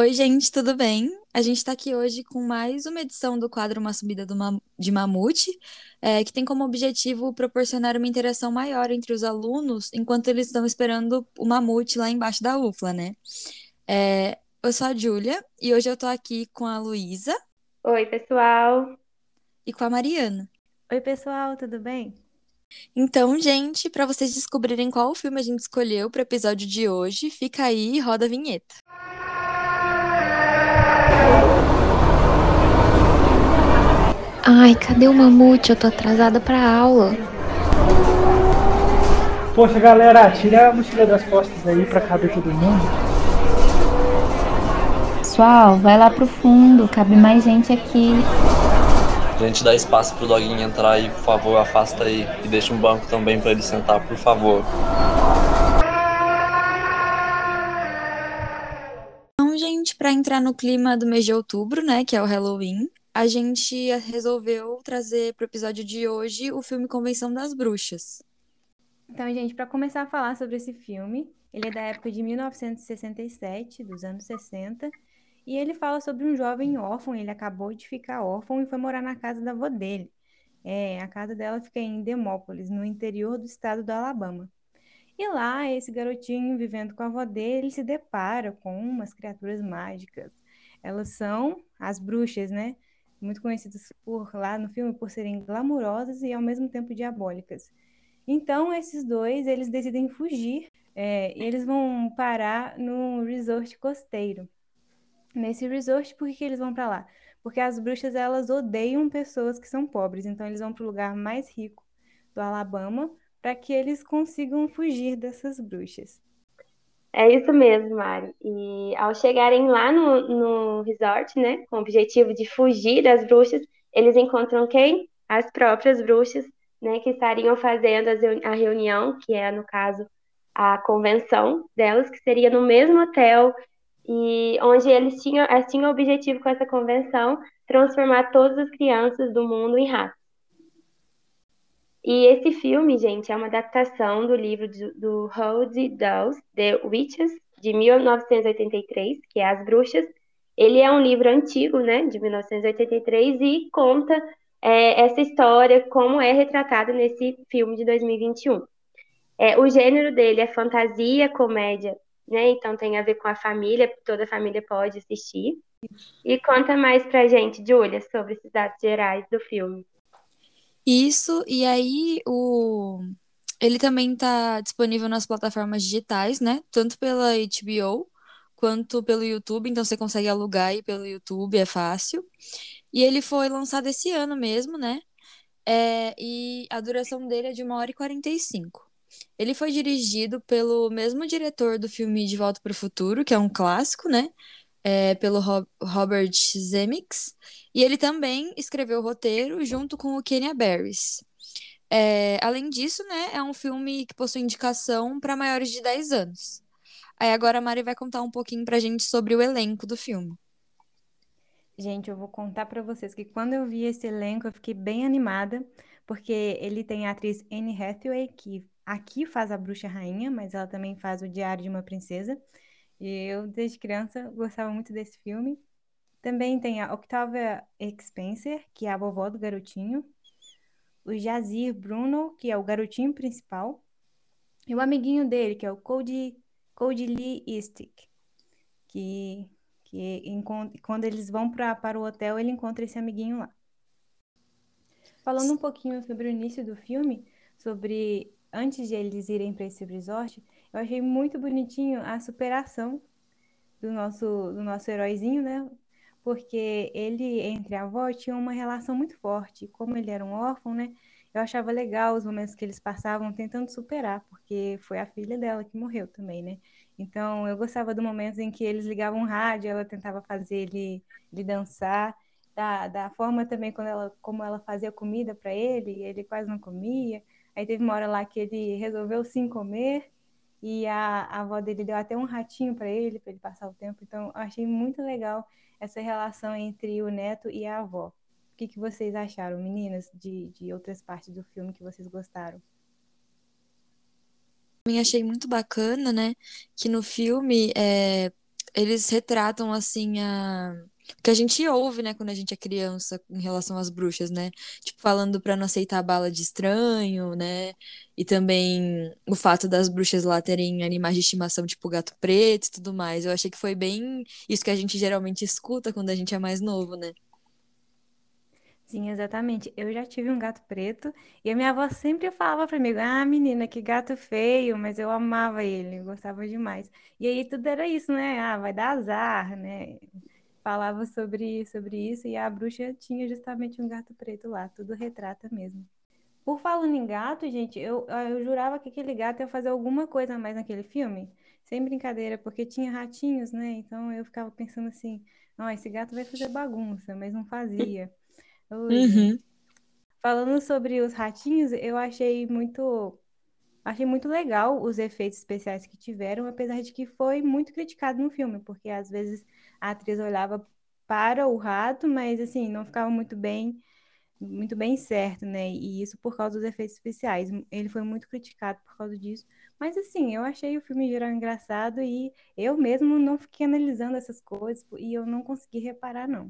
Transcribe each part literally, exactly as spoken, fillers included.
Oi, gente, tudo bem? A gente está aqui hoje com mais uma edição do quadro Uma Subida do Ma- de Mamute, é, que tem como objetivo proporcionar uma interação maior entre os alunos enquanto eles estão esperando o mamute lá embaixo da U F L A, né? É, eu sou a Júlia e hoje eu tô aqui com a Luísa Oi, pessoal. e com a Mariana. Oi, pessoal, tudo bem? Então, gente, para vocês descobrirem qual filme a gente escolheu para o episódio de hoje, fica aí e roda a vinheta. Ai, cadê o mamute? Eu tô atrasada pra aula. Poxa, galera, tira a mochila das costas aí pra caber todo mundo. Pessoal, vai lá pro fundo, cabe mais gente aqui. Gente, dá espaço pro doguinho entrar aí, por favor, afasta aí. E deixa um banco também pra ele sentar, por favor. Então, gente, para entrar no clima do mês de outubro, né, que é o Halloween, a gente resolveu trazer para o episódio de hoje o filme Convenção das Bruxas. Então, gente, para começar a falar sobre esse filme, ele é da época de mil novecentos e sessenta e sete, dos anos sessenta, e ele fala sobre um jovem órfão. Ele acabou de ficar órfão e foi morar na casa da avó dele. É, a casa dela fica em Demópolis, no interior do estado do Alabama. E lá, esse garotinho vivendo com a avó dele se depara com umas criaturas mágicas. Elas são as bruxas, né? Muito conhecidas por lá no filme por serem glamourosas e ao mesmo tempo diabólicas. Então, esses dois, eles decidem fugir, é, e eles vão parar no resort costeiro. Nesse resort, por que que eles vão para lá? Porque as bruxas, elas odeiam pessoas que são pobres, então eles vão para o lugar mais rico do Alabama para que eles consigam fugir dessas bruxas. É isso mesmo, Mari. E ao chegarem lá no, no resort, né, com o objetivo de fugir das bruxas, eles encontram quem? As próprias bruxas, né, que estariam fazendo as reu- a reunião, que é, no caso, a convenção delas, que seria no mesmo hotel, e onde eles tinham, elas tinham o objetivo com essa convenção transformar todas as crianças do mundo em ratos. E esse filme, gente, é uma adaptação do livro do, do Roald Dahl, The Witches, de mil novecentos e oitenta e três, que é As Bruxas. Ele é um livro antigo, né, de mil novecentos e oitenta e três, e oitenta e três, e conta é, essa história, como é retratada nesse filme de dois mil e vinte e um. É, o gênero dele é fantasia, comédia, né, então tem a ver com a família, toda a família pode assistir. E conta mais pra gente, Júlia, sobre esses dados gerais do filme. Isso, e aí o ele também está disponível nas plataformas digitais, né? Tanto pela H B O quanto pelo YouTube, então você consegue alugar aí pelo YouTube, é fácil. E ele foi lançado esse ano mesmo, né? É, e a duração dele é de uma hora e quarenta e cinco. Ele foi dirigido pelo mesmo diretor do filme De Volta para o Futuro, que é um clássico, né? É, pelo Ro- Robert Zemeckis. E ele também escreveu o roteiro junto com o Kenya Barris. É, além disso, né, é um filme que possui indicação para maiores de dez anos. Aí agora a Mari vai contar um pouquinho pra gente sobre o elenco do filme. Gente, eu vou contar para vocês que quando eu vi esse elenco, eu fiquei bem animada, porque ele tem a atriz Anne Hathaway, que aqui faz a Bruxa Rainha, mas ela também faz o Diário de uma Princesa. E eu, desde criança, gostava muito desse filme. Também tem a Octavia Spencer, que é a vovó do garotinho. O Jazir Bruno, que é o garotinho principal. E o amiguinho dele, que é o Cody, Cody Lee Stick, que, que encon- quando eles vão pra, para o hotel, ele encontra esse amiguinho lá. Falando um pouquinho sobre o início do filme, sobre antes de eles irem para esse resort, eu achei muito bonitinho a superação do nosso, do nosso heróizinho, né? Porque ele, entre a avó, tinha uma relação muito forte. Como ele era um órfão, né? Eu achava legal os momentos que eles passavam tentando superar, porque foi a filha dela que morreu também, né? Então, eu gostava do momento em que eles ligavam o rádio, ela tentava fazer ele, ele dançar, da, da forma também quando ela, como ela fazia comida para ele, ele quase não comia. Aí teve uma hora lá que ele resolveu sim comer, e a, a avó dele deu até um ratinho para ele, para ele passar o tempo. Então, eu achei muito legal essa relação entre o neto e a avó. O que, que vocês acharam, meninas, de, de outras partes do filme que vocês gostaram? Também achei muito bacana, né, que no filme é, eles retratam assim a o que a gente ouve, né, quando a gente é criança em relação às bruxas, né? Tipo, falando pra não aceitar bala de estranho, né? E também o fato das bruxas lá terem animais de estimação, tipo gato preto e tudo mais. Eu achei que foi bem isso que a gente geralmente escuta quando a gente é mais novo, né? Sim, exatamente. Eu já tive um gato preto e a minha avó sempre falava pra mim, ah, menina, que gato feio, mas eu amava ele, eu gostava demais. E aí tudo era isso, né? Ah, vai dar azar, né? Falava sobre, sobre isso e a bruxa tinha justamente um gato preto lá, tudo retrata mesmo. Por falando em gato, gente, eu, ah, eu jurava que aquele gato ia fazer alguma coisa a mais naquele filme. Sem brincadeira, porque tinha ratinhos, né? Então eu ficava pensando assim, não, esse gato vai fazer bagunça, mas não fazia. Ô, gente. Uhum. Falando sobre os ratinhos, eu achei muito, achei muito legal os efeitos especiais que tiveram, apesar de que foi muito criticado no filme, porque às vezes a atriz olhava para o rato, mas assim, não ficava muito bem, muito bem certo, né? E isso por causa dos efeitos especiais. Ele foi muito criticado por causa disso. Mas assim, eu achei o filme em geral engraçado e eu mesmo não fiquei analisando essas coisas e eu não consegui reparar, não.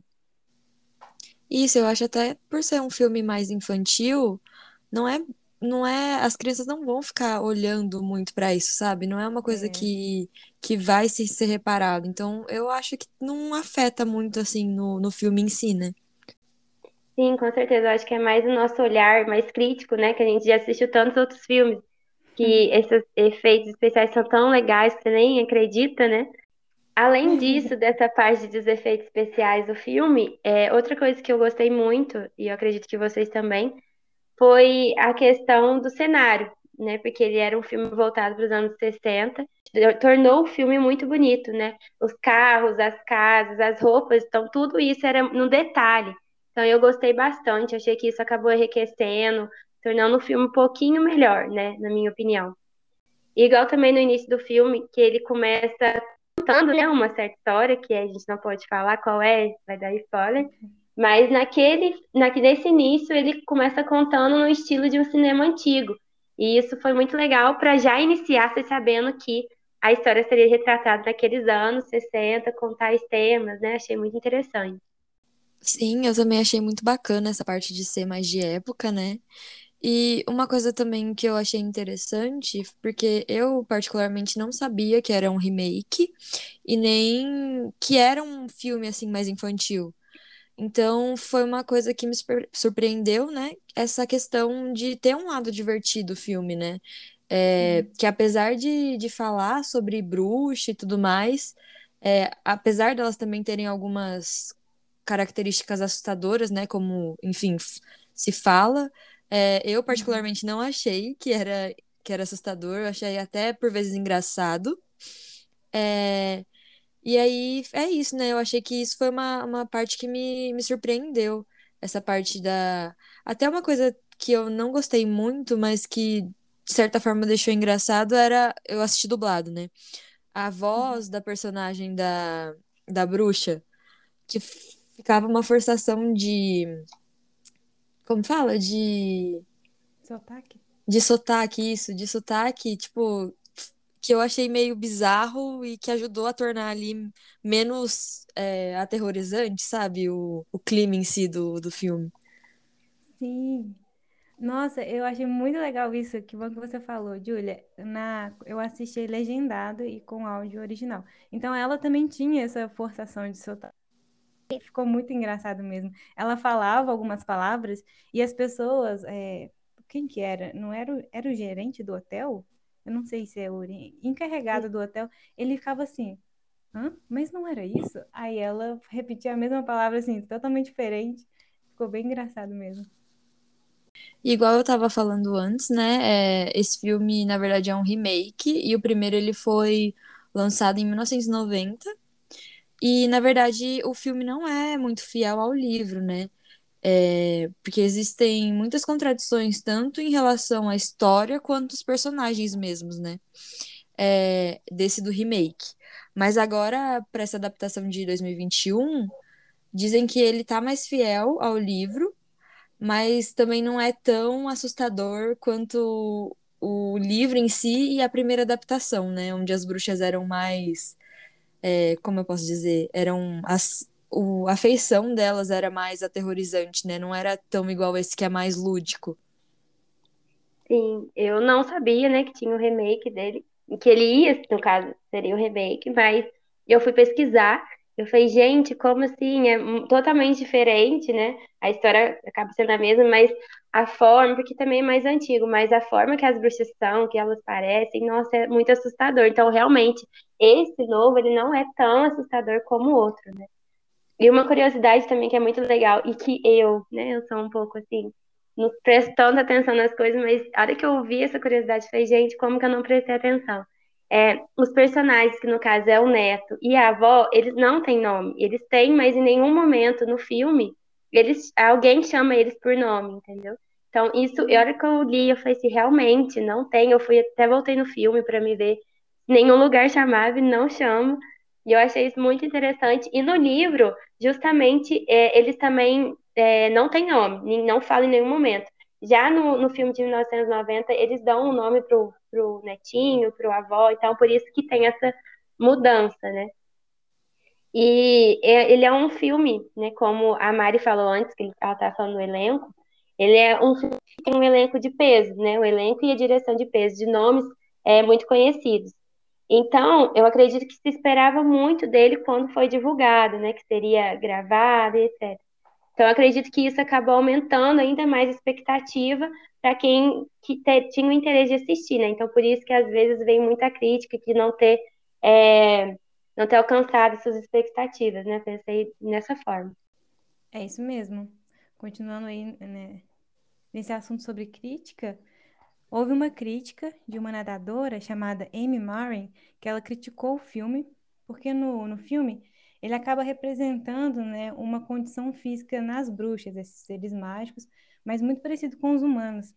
Isso, eu acho até por ser um filme mais infantil, não é, não é, as crianças não vão ficar olhando muito pra isso, sabe? Não é uma coisa É, que, que vai se ser reparado. Então, eu acho que não afeta muito assim no, no filme em si, né? Sim, com certeza. Eu acho que é mais o nosso olhar mais crítico, né? Que a gente já assistiu tantos outros filmes, que esses efeitos especiais são tão legais que você nem acredita, né? Além disso, dessa parte dos efeitos especiais do filme, é, outra coisa que eu gostei muito, e eu acredito que vocês também, foi a questão do cenário, né? Porque ele era um filme voltado para os anos sessenta, tornou o filme muito bonito, né? Os carros, as casas, as roupas, então tudo isso era no detalhe. Então eu gostei bastante, achei que isso acabou enriquecendo, tornando o filme um pouquinho melhor, né? Na minha opinião. E igual também no início do filme, que ele começa contando, né, uma certa história, que a gente não pode falar qual é, vai dar spoiler. Mas naquele, naque- nesse início ele começa contando no estilo de um cinema antigo. E isso foi muito legal para já iniciar você sabendo que a história seria retratada naqueles anos sessenta, com tais temas, né? Achei muito interessante. Sim, eu também achei muito bacana essa parte de ser mais de época, né? E uma coisa também que eu achei interessante, porque eu particularmente não sabia que era um remake e nem que era um filme assim mais infantil. Então foi uma coisa que me surpre- surpreendeu, né? Essa questão de ter um lado divertido o filme, né? É, sim. que apesar de, de falar sobre bruxa e tudo mais, é, apesar delas também terem algumas características assustadoras, né? Como, enfim, f- se fala, é, eu Uhum. particularmente não achei que era, que era assustador, eu achei até por vezes engraçado. É, e aí é isso, né? Eu achei que isso foi uma, uma parte que me, me surpreendeu. Essa parte da. Até uma coisa que eu não gostei muito, mas que de certa forma deixou engraçado era eu assisti dublado, né? A voz da personagem da, da bruxa, que f- ficava uma forçação de. Como fala? De. Sotaque? De sotaque, isso, de sotaque, tipo, que eu achei meio bizarro e que ajudou a tornar ali menos é, aterrorizante, sabe? O, o clima em si do, do filme. Sim. Nossa, eu achei muito legal isso, que bom que você falou, Júlia. Na, eu assisti legendado e com áudio original. Então ela também tinha essa forçação de sotaque. Ficou muito engraçado mesmo. Ela falava algumas palavras e as pessoas, é, quem que era? Não era, o- era o gerente do hotel? Eu não sei se é o encarregado do hotel. Ele ficava assim, hã? Mas não era isso? Aí ela repetia a mesma palavra assim, totalmente diferente. Ficou bem engraçado mesmo. E igual eu tava falando antes, né? é, esse filme, na verdade, é um remake, e o primeiro ele foi lançado em mil novecentos e noventa. E, na verdade, o filme não é muito fiel ao livro, né? É, porque existem muitas contradições, tanto em relação à história quanto aos personagens mesmos, né? É, desse do remake. Mas agora, para essa adaptação de dois mil e vinte e um, dizem que ele tá mais fiel ao livro, mas também não é tão assustador quanto o livro em si e a primeira adaptação, né? Onde as bruxas eram mais é, como eu posso dizer, eram as, o, a feição delas era mais aterrorizante, né? Não era tão igual esse que é mais lúdico. Sim, eu não sabia, né, que tinha o remake dele, que ele ia, no caso, seria o remake, mas eu fui pesquisar, eu falei, gente, como assim? É hum, totalmente diferente, né? A história acaba sendo a mesma, mas a forma, porque também é mais antigo, mas a forma que as bruxas são, que elas parecem, nossa, é muito assustador. Então, realmente, esse novo, ele não é tão assustador como o outro, né? E uma curiosidade também que é muito legal, e que eu, né, eu sou um pouco assim, não presto tanta atenção nas coisas, mas a hora que eu ouvi essa curiosidade, eu falei, gente, como que eu não prestei atenção? É, os personagens, que no caso é o neto e a avó, eles não têm nome. Eles têm, mas em nenhum momento no filme, eles, alguém chama eles por nome, entendeu? Então, isso, a hora que eu li, eu falei assim, realmente, não tem. Eu fui até voltei no filme para me ver. Nenhum lugar chamava e não chama. E eu achei isso muito interessante. E no livro, justamente, é, eles também é, não têm nome, nem- não falam em nenhum momento. Já no, no filme de mil novecentos e noventa, eles dão um nome pro, pro netinho, pro avó, então por isso que tem essa mudança, né? E é- ele é um filme, né? Como a Mari falou antes, que ela tá falando do elenco, ele é um filme que tem um elenco de peso, né? O elenco e a direção de peso, de nomes é, muito conhecidos. Então, eu acredito que se esperava muito dele quando foi divulgado, né? Que seria gravado e etcétera. Então, eu acredito que isso acabou aumentando ainda mais a expectativa para quem que te- tinha o interesse de assistir, né? Então, por isso que às vezes vem muita crítica de não ter, é, não ter alcançado suas expectativas, né? Pensei nessa forma. É isso mesmo. Continuando aí, né, nesse assunto sobre crítica, houve uma crítica de uma nadadora chamada Amy Morin, que ela criticou o filme, porque no, no filme ele acaba representando, né, uma condição física nas bruxas, esses seres mágicos, mas muito parecido com os humanos.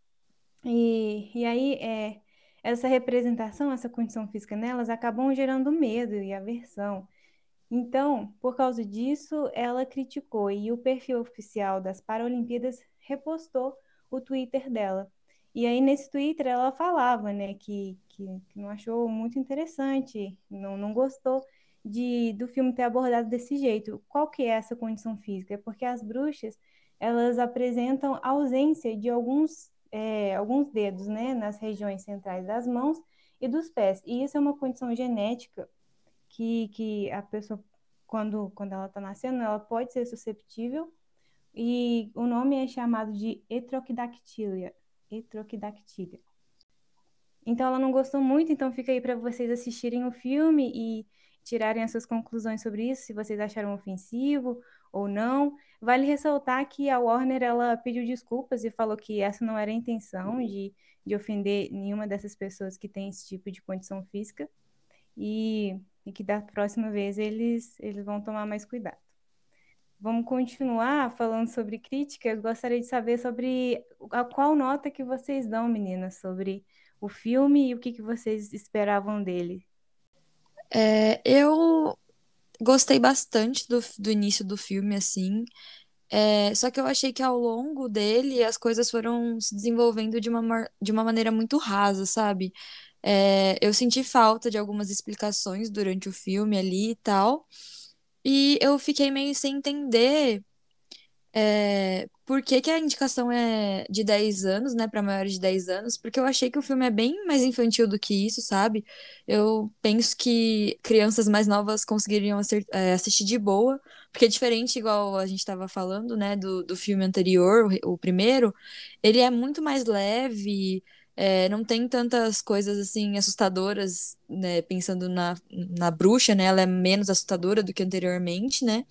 E, e aí, é, essa representação, essa condição física nelas, acabam gerando medo e aversão. Então, por causa disso, ela criticou e o perfil oficial das Paralimpíadas repostou o Twitter dela. E aí, nesse Twitter, ela falava, né, que, que, que não achou muito interessante, não, não gostou de, do filme ter abordado desse jeito. Qual que é essa condição física? É porque as bruxas, elas apresentam ausência de alguns, é, alguns dedos, né, nas regiões centrais das mãos e dos pés. E isso é uma condição genética que, que a pessoa, quando, quando ela está nascendo, ela pode ser susceptível, e o nome é chamado de heterocdactília. Heterocdactília. Então ela não gostou muito, então fica aí para vocês assistirem o filme e tirarem as suas conclusões sobre isso, se vocês acharam ofensivo ou não. Vale ressaltar que a Warner ela pediu desculpas e falou que essa não era a intenção de, de ofender nenhuma dessas pessoas que tem esse tipo de condição física. E, e que da próxima vez eles, eles vão tomar mais cuidado. Vamos continuar falando sobre críticas. Gostaria de saber sobre a qual nota que vocês dão, meninas, sobre o filme e o que, que vocês esperavam dele. É, eu gostei bastante do, do início do filme, assim. É, só que eu achei que ao longo dele as coisas foram se desenvolvendo de uma, mar- de uma maneira muito rasa, sabe? É, eu senti falta de algumas explicações durante o filme ali e tal. E eu fiquei meio sem entender. É, por que que a indicação é de dez anos, né, para maiores de dez anos? Porque eu achei que o filme é bem mais infantil do que isso, sabe? Eu penso que crianças mais novas conseguiriam acer- é, assistir de boa, porque é diferente, igual a gente estava falando, né, do, do filme anterior, o, re- o primeiro, ele é muito mais leve, é, não tem tantas coisas assim assustadoras, né, pensando na, na bruxa, né, ela é menos assustadora do que anteriormente, né?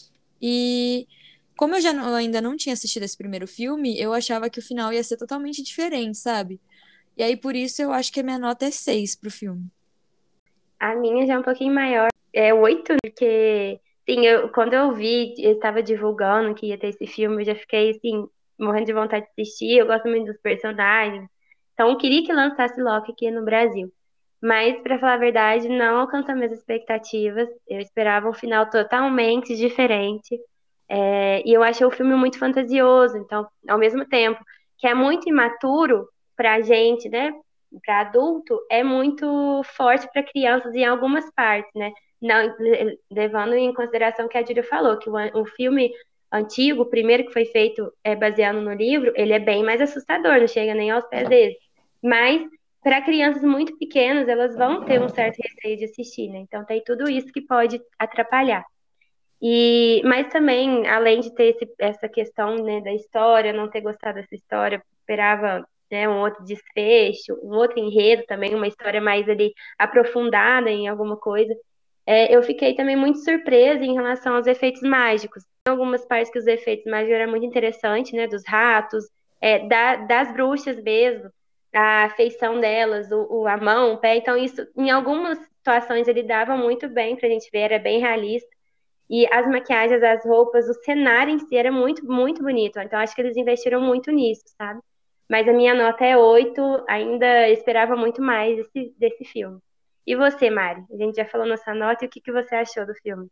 E como eu já não- ainda não tinha assistido esse primeiro filme, eu achava que o final ia ser totalmente diferente, sabe? E aí por isso eu acho que a minha nota é seis pro filme. A minha já é um pouquinho maior, é oito, porque, sim, eu, quando eu vi, eu estava divulgando que ia ter esse filme, eu já fiquei, assim, morrendo de vontade de assistir, eu gosto muito dos personagens, então eu queria que lançasse logo aqui no Brasil. Mas, pra falar a verdade, não alcançou minhas expectativas, eu esperava um final totalmente diferente, é, e eu achei o filme muito fantasioso, então, ao mesmo tempo que é muito imaturo pra gente, né, para adulto, é muito forte para crianças em algumas partes, né? não, le- levando em consideração o que a Júlia falou, que o, an- o filme antigo, o primeiro que foi feito é, baseado no livro, ele é bem mais assustador, não chega nem aos pés dele. Mas, para crianças muito pequenas, elas vão ter um certo receio de assistir, né? Então, tem tudo isso que pode atrapalhar. E, mas também, além de ter esse- essa questão, né, da história, não ter gostado dessa história, esperava, né, um outro desfecho, um outro enredo também, uma história mais ali aprofundada em alguma coisa. É, eu fiquei também muito surpresa em relação aos efeitos mágicos. Tem algumas partes que os efeitos mágicos eram muito interessantes, né, dos ratos, é, da- das bruxas mesmo, a feição delas, o, o- a mão, o pé. Então, isso, em algumas situações, ele dava muito bem pra gente ver, era bem realista. E as maquiagens, as roupas, o cenário em si era muito, muito bonito. Então, acho que eles investiram muito nisso, sabe? Mas a minha nota é oito, ainda esperava muito mais desse, desse filme. E você, Mari? A gente já falou nossa nota, e o que que você achou do filme?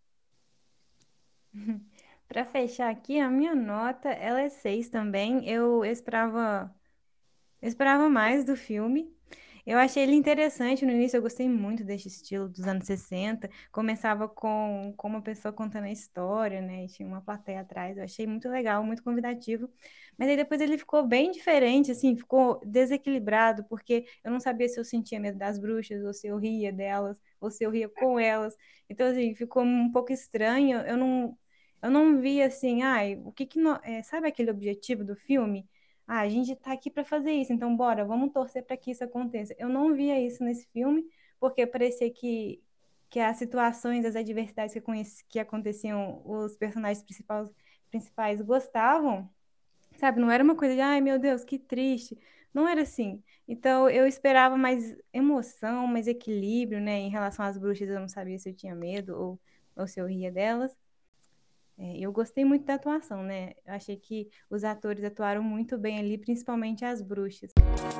Para fechar aqui, a minha nota, ela é seis também. Eu esperava, eu esperava mais do filme. Eu achei ele interessante no início, eu gostei muito desse estilo dos anos sessenta. Começava com, com uma pessoa contando a história, né? E tinha uma plateia atrás. Eu achei muito legal, muito convidativo. Mas aí depois ele ficou bem diferente, assim, ficou desequilibrado, porque eu não sabia se eu sentia medo das bruxas, ou se eu ria delas, ou se eu ria com elas. Então, assim, ficou um pouco estranho. Eu não, eu não vi assim, ai, o que que... nó- é, sabe aquele objetivo do filme? Ah, a gente tá aqui para fazer isso, então bora, vamos torcer para que isso aconteça. Eu não via isso nesse filme, porque parecia que, que as situações, as adversidades que, conheci- que aconteciam, os personagens principais, principais gostavam, sabe? Não era uma coisa de, ai meu Deus, que triste. Não era assim. Então eu esperava mais emoção, mais equilíbrio, né? Em relação às bruxas, eu não sabia se eu tinha medo ou, ou se eu ria delas. É, eu gostei muito da atuação, né? Eu achei que os atores atuaram muito bem ali, principalmente as bruxas.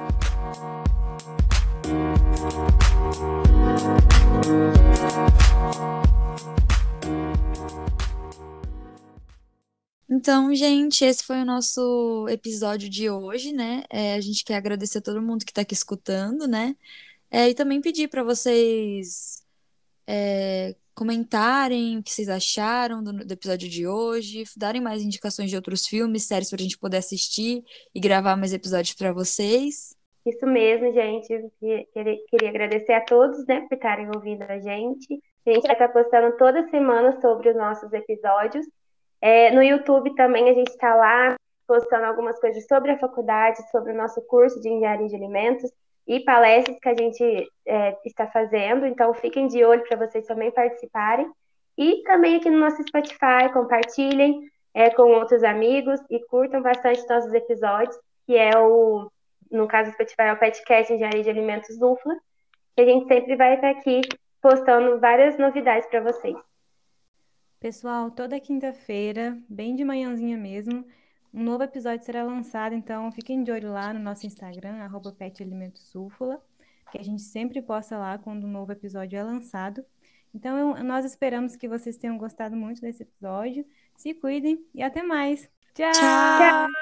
Então, gente, esse foi o nosso episódio de hoje, né? É, a gente quer agradecer a todo mundo que tá aqui escutando, né? É, e também pedir para vocês é, comentarem o que vocês acharam do, do episódio de hoje, darem mais indicações de outros filmes, séries pra gente poder assistir e gravar mais episódios para vocês. Isso mesmo, gente. Eu que- queria, queria agradecer a todos, né, por estarem ouvindo a gente. A gente vai estar postando toda semana sobre os nossos episódios. É, no YouTube também a gente está lá postando algumas coisas sobre a faculdade, sobre o nosso curso de engenharia de alimentos e palestras que a gente é, está fazendo. Então fiquem de olho para vocês também participarem. E também aqui no nosso Spotify, compartilhem é, com outros amigos e curtam bastante nossos episódios, que é o, no caso do Spotify, é o podcast Engenharia de Alimentos Dupla, que a gente sempre vai estar aqui postando várias novidades para vocês. Pessoal, toda quinta-feira, bem de manhãzinha mesmo, um novo episódio será lançado, então fiquem de olho lá no nosso Instagram, arroba petalimentosúfula, que a gente sempre posta lá quando um novo episódio é lançado. Então, eu- nós esperamos que vocês tenham gostado muito desse episódio. Se cuidem e até mais. Tchau! Tchau!